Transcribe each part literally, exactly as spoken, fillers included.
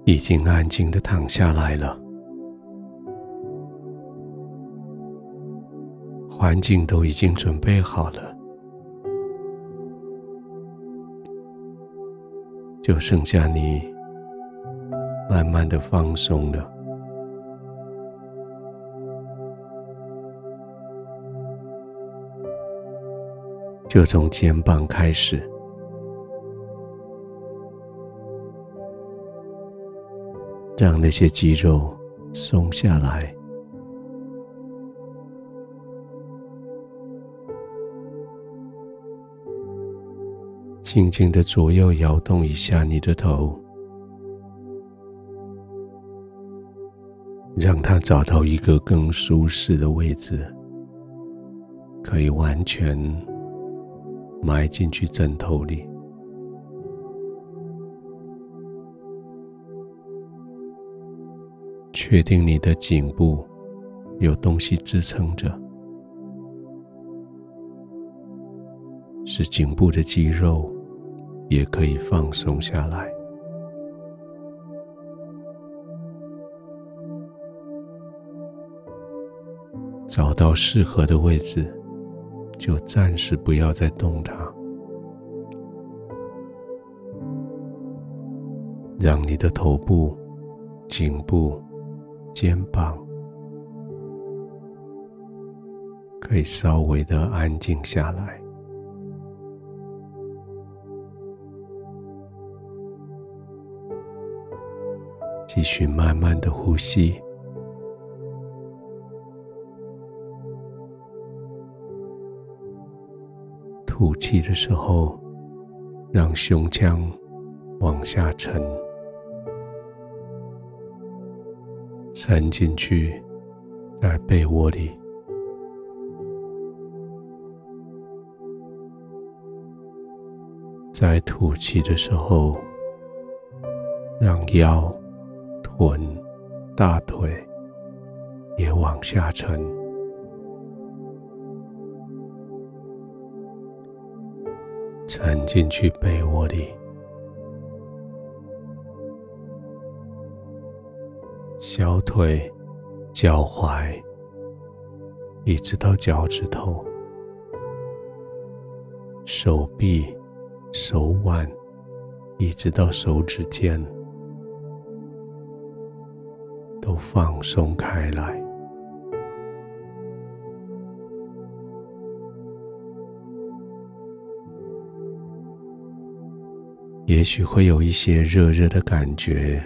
已经安静地躺下来了，环境都已经准备好了，就剩下你慢慢地放松了。就从肩膀开始，让那些肌肉松下来，轻轻地左右摇动一下你的头，让它找到一个更舒适的位置，可以完全埋进去枕头里。确定你的颈部有东西支撑着，使颈部的肌肉也可以放松下来。找到适合的位置，就暂时不要再动它，让你的头部、颈部、肩膀可以稍微的安静下来。继续慢慢的呼吸，吐气的时候，让胸腔往下沉，沉进去，在被窝里。在吐气的时候，让腰、臀、大腿也往下沉，沉进去被窝里。小腿、脚踝，一直到脚趾头，手臂、手腕，一直到手指尖，都放松开来。也许会有一些热热的感觉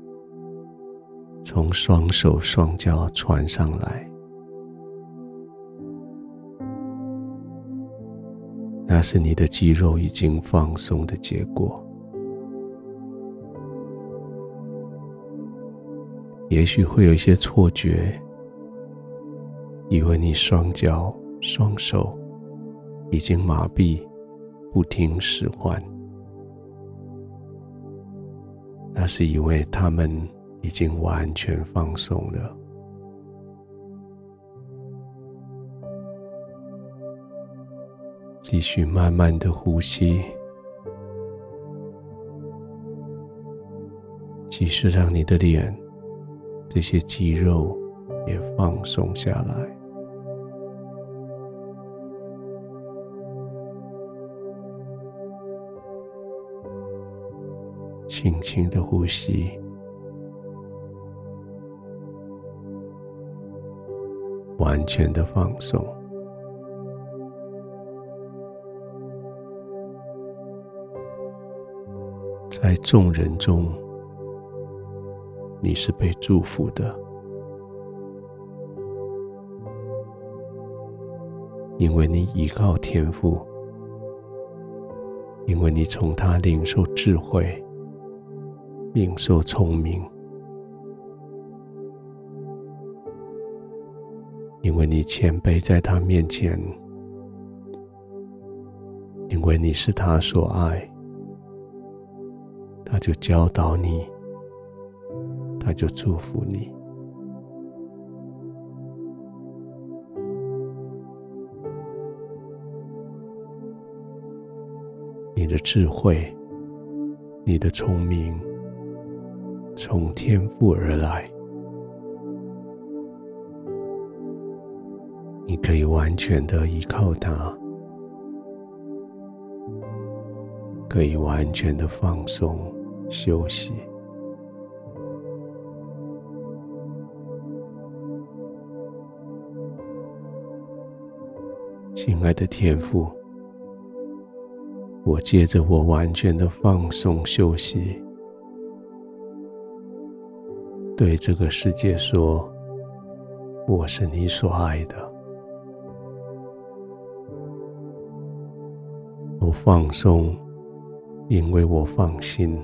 从双手双脚传上来，那是你的肌肉已经放松的结果。也许会有一些错觉，以为你双脚双手已经麻痹，不听使唤，那是因为他们已经完全放松了。继续慢慢的呼吸，继续让你的脸这些肌肉也放松下来。轻轻的呼吸，完全的放松。在众人中，你是被祝福的，因为你依靠天父，因为你从他领受智慧，领受聪明，因为你谦卑在他面前，因为你是他所爱，他就教导你，他就祝福你。你的智慧，你的聪明， 从天父而来，你可以完全的依靠它，可以完全的放松休息。亲爱的天父，我借着我完全的放松休息，对这个世界说，我是你所爱的。我放松，因为我放心；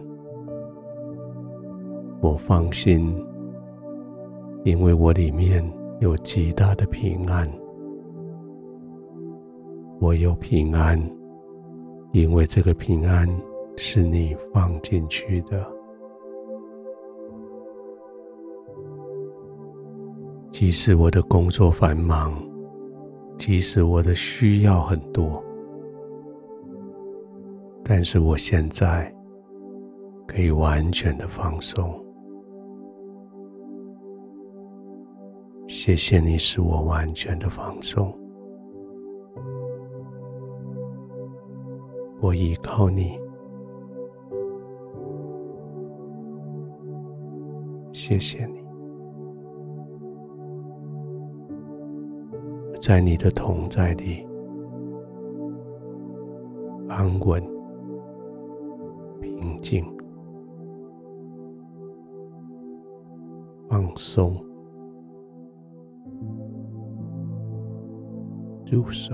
我放心，因为我里面有极大的平安；我有平安，因为这个平安是你放进去的。即使我的工作繁忙，即使我的需要很多，但是我现在可以完全的放松。谢谢你使我完全的放松。我依靠你，谢谢你。在你的同在里，安稳、平静、放松、入睡。